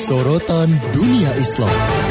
Sorotan Dunia Islam.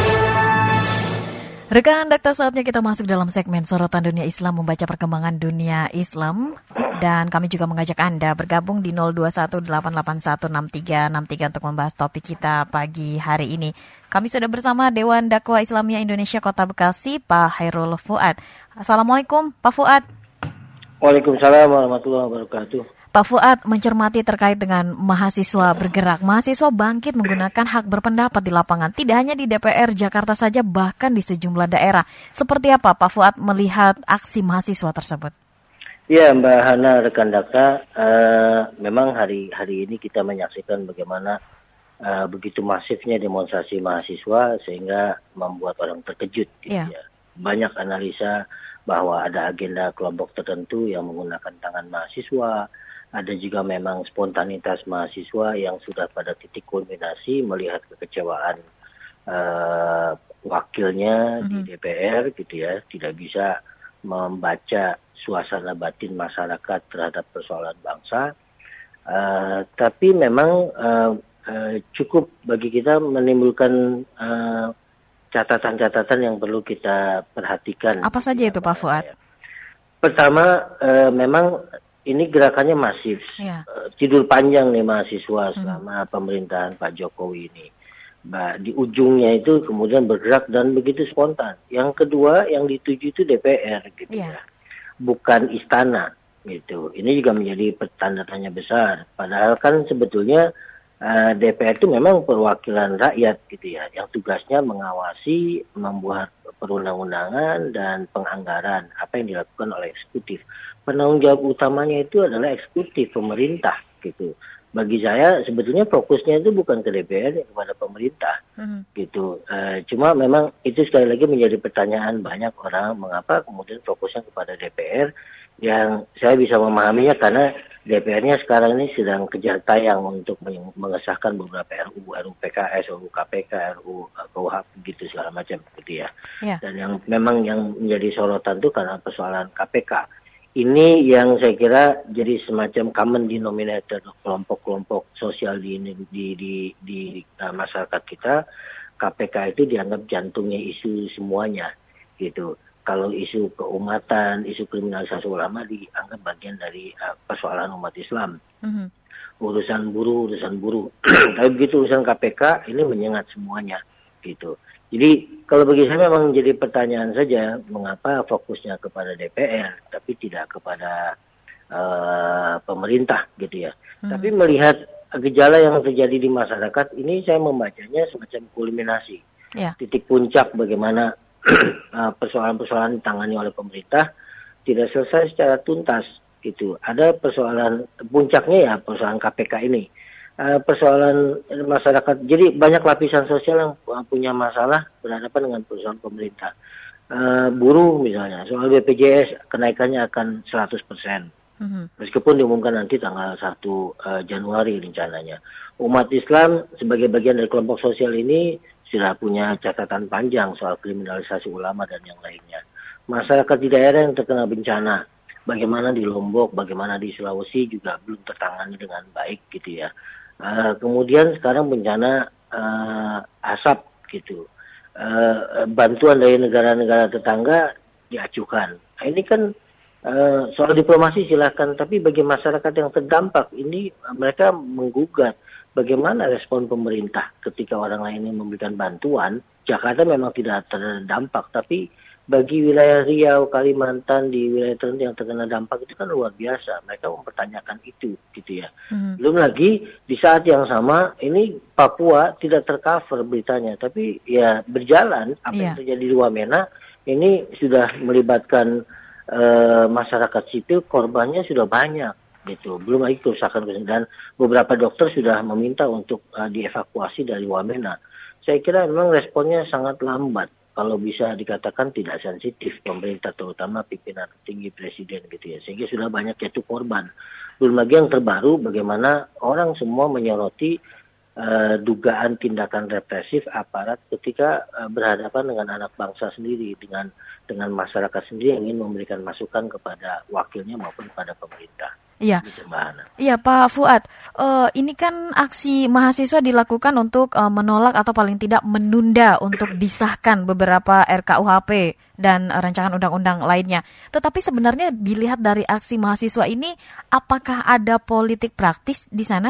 Rekan Dakta, saatnya kita masuk dalam segmen Sorotan Dunia Islam, membaca perkembangan dunia Islam. Dan kami juga mengajak Anda bergabung di 0218816363 untuk membahas topik kita pagi hari ini. Kami sudah bersama Dewan Dakwah Islamiyah Indonesia Kota Bekasi, Pak Hairul Fuad. Assalamualaikum, Pak Fuad. Waalaikumsalam warahmatullahi wabarakatuh. Pak Fuad mencermati terkait dengan mahasiswa bergerak. Mahasiswa bangkit menggunakan hak berpendapat di lapangan. Tidak hanya di DPR Jakarta saja, bahkan di sejumlah daerah. Seperti apa Pak Fuad melihat aksi mahasiswa tersebut? Ya, Mbak Hana, rekan Dakta, memang hari ini kita menyaksikan bagaimana begitu masifnya demonstrasi mahasiswa sehingga membuat orang terkejut. Gitu ya. Banyak analisa bahwa ada agenda kelompok tertentu yang menggunakan tangan mahasiswa. Ada juga memang spontanitas mahasiswa yang sudah pada titik kulminasi melihat kekecewaan wakilnya di DPR gitu ya, tidak bisa membaca suasana batin masyarakat terhadap persoalan bangsa. Tapi memang cukup bagi kita menimbulkan catatan-catatan yang perlu kita perhatikan. Apa saja itu Pak Fuad? Pertama, memang ini gerakannya masif. Tidur panjang nih mahasiswa selama pemerintahan Pak Jokowi ini. Di ujungnya itu kemudian bergerak dan begitu spontan. Yang kedua, yang dituju itu DPR gitu ya. Bukan istana gitu. Ini juga menjadi tanda tanya besar. Padahal kan sebetulnya DPR itu memang perwakilan rakyat gitu ya, yang tugasnya mengawasi, membuat perundang-undangan dan penganggaran apa yang dilakukan oleh eksekutif. Penanggung jawab utamanya itu adalah eksekutif, pemerintah gitu. Bagi saya sebetulnya fokusnya itu bukan ke DPR, kepada pemerintah gitu. Cuma memang itu sekali lagi menjadi pertanyaan banyak orang, mengapa kemudian fokusnya kepada DPR, yang saya bisa memahaminya karena DPR-nya sekarang ini sedang kejar tayang untuk mengesahkan beberapa RUU PKS, RUU KPK, RUU KUHP gitu segala macam gitu ya. Dan yang memang yang menjadi sorotan itu karena persoalan KPK. Ini yang saya kira jadi semacam common denominator kelompok-kelompok sosial di masyarakat kita. KPK itu dianggap jantungnya isu semuanya gitu. Kalau isu keumatan, isu kriminalisasi ulama dianggap bagian dari persoalan umat Islam. Urusan buruh. Tapi begitu urusan KPK, ini menyengat semuanya gitu. Jadi kalau bagi saya memang menjadi pertanyaan saja, mengapa fokusnya kepada DPR, tapi tidak kepada pemerintah gitu ya. Tapi melihat gejala yang terjadi di masyarakat, ini saya membacanya semacam kulminasi. Titik puncak bagaimana persoalan-persoalan ditangani oleh pemerintah tidak selesai secara tuntas gitu. Ada persoalan puncaknya ya persoalan KPK ini. Persoalan masyarakat, jadi banyak lapisan sosial yang punya masalah berhadapan dengan persoalan pemerintah. Buruh misalnya, soal BPJS kenaikannya akan 100%. Meskipun diumumkan nanti tanggal 1 Januari rencananya. Umat Islam sebagai bagian dari kelompok sosial ini sudah punya catatan panjang soal kriminalisasi ulama dan yang lainnya. Masyarakat di daerah yang terkena bencana, bagaimana di Lombok, bagaimana di Sulawesi juga belum tertangani dengan baik gitu ya. Kemudian sekarang bencana asap gitu. Bantuan dari negara-negara tetangga diajukan. Nah, ini kan soal diplomasi silahkan, tapi bagi masyarakat yang terdampak ini mereka menggugat. Bagaimana respon pemerintah ketika orang lain ini memberikan bantuan? Jakarta memang tidak terdampak, tapi bagi wilayah Riau, Kalimantan, di wilayah tertentu yang terkena dampak itu kan luar biasa. Mereka mempertanyakan itu, gitu ya. Belum lagi di saat yang sama ini Papua tidak tercover beritanya, tapi ya berjalan apa yang terjadi di Wamena ini sudah melibatkan masyarakat sipil, korbannya sudah banyak. Gitu. Belum lagi kerusakan dan beberapa dokter sudah meminta untuk dievakuasi dari Wamena. Saya kira memang responnya sangat lambat, kalau bisa dikatakan tidak sensitif pemerintah, terutama pimpinan tinggi presiden gitu ya, sehingga sudah banyak jatuh korban. Belum lagi yang terbaru bagaimana orang semua menyoroti dugaan tindakan represif aparat ketika berhadapan dengan anak bangsa sendiri, dengan masyarakat sendiri yang ingin memberikan masukan kepada wakilnya maupun kepada pemerintah. Iya, iya Pak Fuad. Ini kan aksi mahasiswa dilakukan untuk menolak atau paling tidak menunda untuk disahkan beberapa RKUHP dan rancangan undang-undang lainnya. Tetapi sebenarnya dilihat dari aksi mahasiswa ini, apakah ada politik praktis di sana?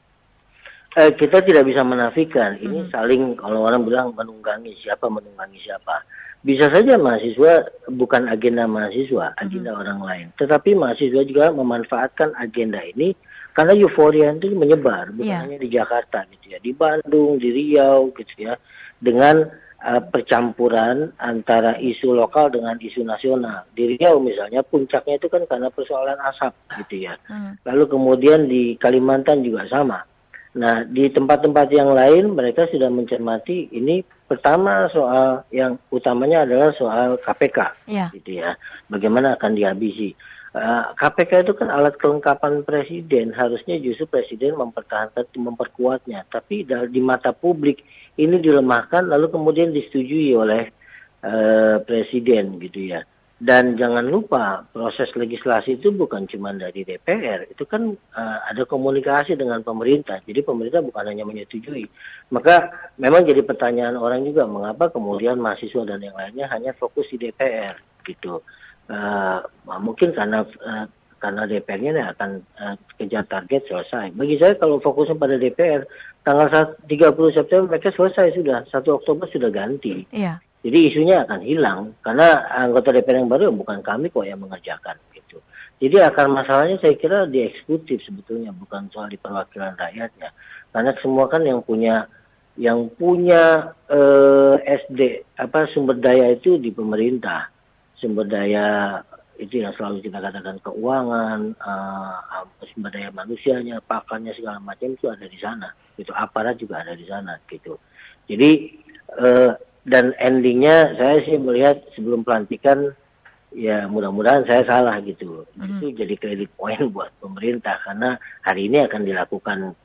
Kita tidak bisa menafikan. Ini saling, kalau orang bilang menunggangi siapa. Bisa saja mahasiswa bukan agenda mahasiswa, agenda orang lain. Tetapi mahasiswa juga memanfaatkan agenda ini karena euforia itu menyebar, bukan hanya di Jakarta gitu ya, di Bandung, di Riau gitu ya, dengan percampuran antara isu lokal dengan isu nasional. Di Riau misalnya puncaknya itu kan karena persoalan asap gitu ya. Lalu kemudian di Kalimantan juga sama. Nah, di tempat-tempat yang lain mereka sudah mencermati ini. Pertama soal yang utamanya adalah soal KPK, gitu ya. Bagaimana akan dihabisi? KPK itu kan alat kelengkapan presiden. Harusnya justru presiden mempertahankan, memperkuatnya. Tapi di mata publik ini dilemahkan, lalu kemudian disetujui oleh presiden, gitu ya. Dan jangan lupa proses legislasi itu bukan cuma dari DPR, itu kan ada komunikasi dengan pemerintah. Jadi pemerintah bukan hanya menyetujui. Maka memang jadi pertanyaan orang juga, mengapa kemudian mahasiswa dan yang lainnya hanya fokus di DPR gitu. Mungkin karena DPR-nya akan kejar target selesai. Bagi saya kalau fokusnya pada DPR, tanggal 30 September mereka selesai sudah, 1 Oktober sudah ganti. Iya. Jadi isunya akan hilang karena anggota DPR yang baru bukan kami kok yang mengerjakan gitu. Jadi akar masalahnya saya kira di eksekutif sebetulnya, bukan soal di perwakilan rakyatnya. Karena semua kan yang punya sumber daya itu di pemerintah. Sumber daya itu yang selalu kita katakan keuangan, sumber daya manusianya, pakannya segala macam itu ada di sana. Itu aparat juga ada di sana gitu. Jadi dan endingnya saya sih melihat sebelum pelantikan ya mudah-mudahan saya salah gitu. Itu jadi kredit point buat pemerintah karena hari ini akan dilakukan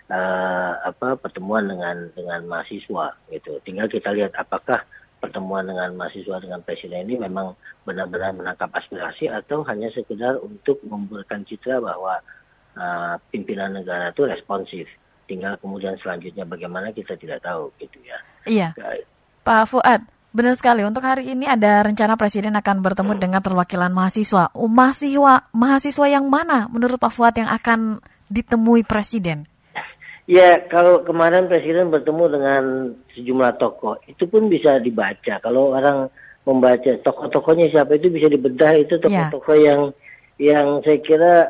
pertemuan dengan mahasiswa gitu. Tinggal kita lihat apakah pertemuan dengan mahasiswa dengan presiden ini memang benar-benar menangkap aspirasi atau hanya sekedar untuk memberikan citra bahwa pimpinan negara itu responsif. Tinggal kemudian selanjutnya bagaimana kita tidak tahu gitu ya. Iya. Pak Fuad, benar sekali. Untuk hari ini ada rencana Presiden akan bertemu dengan perwakilan mahasiswa. Mahasiswa yang mana menurut Pak Fuad yang akan ditemui Presiden? Ya, kalau kemarin Presiden bertemu dengan sejumlah tokoh, itu pun bisa dibaca. Kalau orang membaca tokoh-tokohnya siapa itu bisa dibedah, itu tokoh-tokoh yang saya kira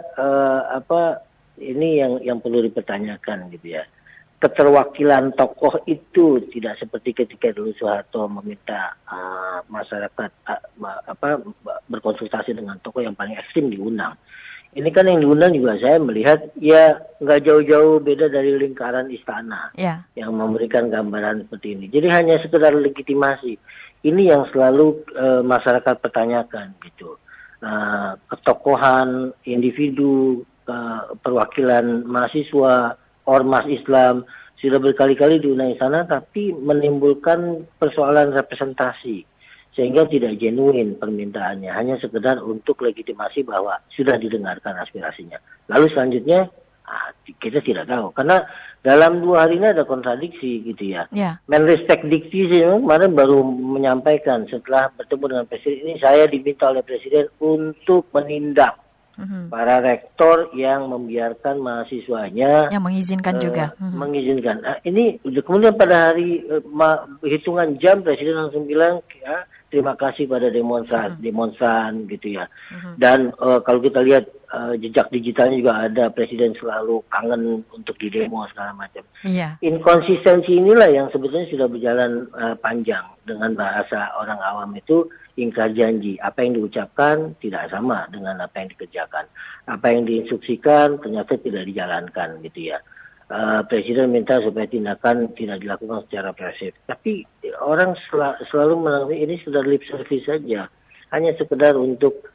ini yang perlu dipertanyakan gitu ya. Keterwakilan tokoh itu tidak seperti ketika dulu Soeharto meminta masyarakat berkonsultasi dengan tokoh yang paling ekstrim diundang. Ini kan yang diundang juga saya melihat ya nggak jauh-jauh beda dari lingkaran istana yang memberikan gambaran seperti ini. Jadi hanya sekedar legitimasi. Ini yang selalu masyarakat pertanyakan gitu. Ketokohan individu, perwakilan mahasiswa, ormas Islam sudah berkali-kali diundang di sana, tapi menimbulkan persoalan representasi sehingga tidak genuine permintaannya, hanya sekedar untuk legitimasi bahwa sudah didengarkan aspirasinya. Lalu selanjutnya kita tidak tahu karena dalam 2 hari ini ada kontradiksi gitu ya. Menristek Dikti kemarin baru menyampaikan setelah bertemu dengan presiden ini, saya diminta oleh presiden untuk menindak para rektor yang membiarkan mahasiswanya yang mengizinkan juga mengizinkan. Ini kemudian pada hari hitungan jam presiden langsung bilang terima kasih pada demonstran gitu ya. Dan kalau kita lihat jejak digitalnya juga ada, presiden selalu kangen untuk di demo segala macam. Inkonsistensi inilah yang sebetulnya sudah berjalan panjang. Dengan bahasa orang awam itu ingkar janji. Apa yang diucapkan tidak sama dengan apa yang dikerjakan. Apa yang diinstruksikan ternyata tidak dijalankan gitu ya. Presiden minta supaya tindakan tidak dilakukan secara presif. Tapi orang selalu menanggapi ini sudah lip service saja. Hanya sekedar untuk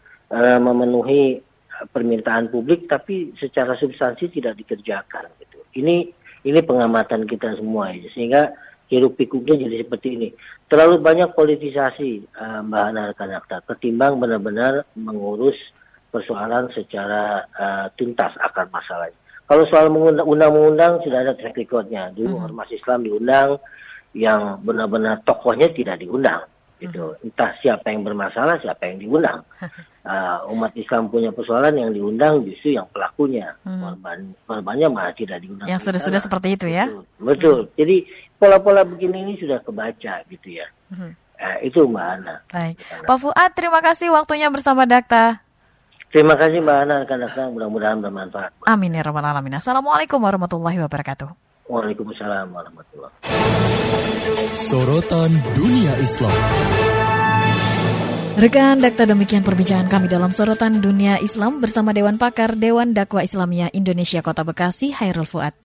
memenuhi permintaan publik, tapi secara substansi tidak dikerjakan gitu. Ini Ini pengamatan kita semua ya. Sehingga hiruk pikuknya jadi seperti ini. Terlalu banyak politisasi Mbak Hana rekan akta ketimbang benar-benar mengurus persoalan secara tuntas akar masalahnya. Kalau soal undang-undang sudah ada track recordnya. Dulu Ormas Islam diundang, yang benar-benar tokohnya tidak diundang. Gitu. Entah siapa yang bermasalah, siapa yang diundang. Umat Islam punya persoalan, yang diundang justru yang pelakunya. Korbannya malah tidak diundang. Yang sudah seperti itu ya? Betul. Jadi pola-pola begini ini sudah kebaca gitu ya. Itu Mbak Ana. Baik. Pak Fuad, terima kasih waktunya bersama Dakta. Terima kasih Mbak Ana, rekan-rekan, mudah-mudahan bermanfaat. Amin ya rabbal alamin. Assalamualaikum warahmatullahi wabarakatuh. Waalaikumsalam warahmatullahi wabarakatuh. Sorotan Dunia Islam. Rekan Dakta, demikian perbincangan kami dalam Sorotan Dunia Islam bersama Dewan Pakar Dewan Dakwah Islamiyah Indonesia Kota Bekasi, Hairul Fuad.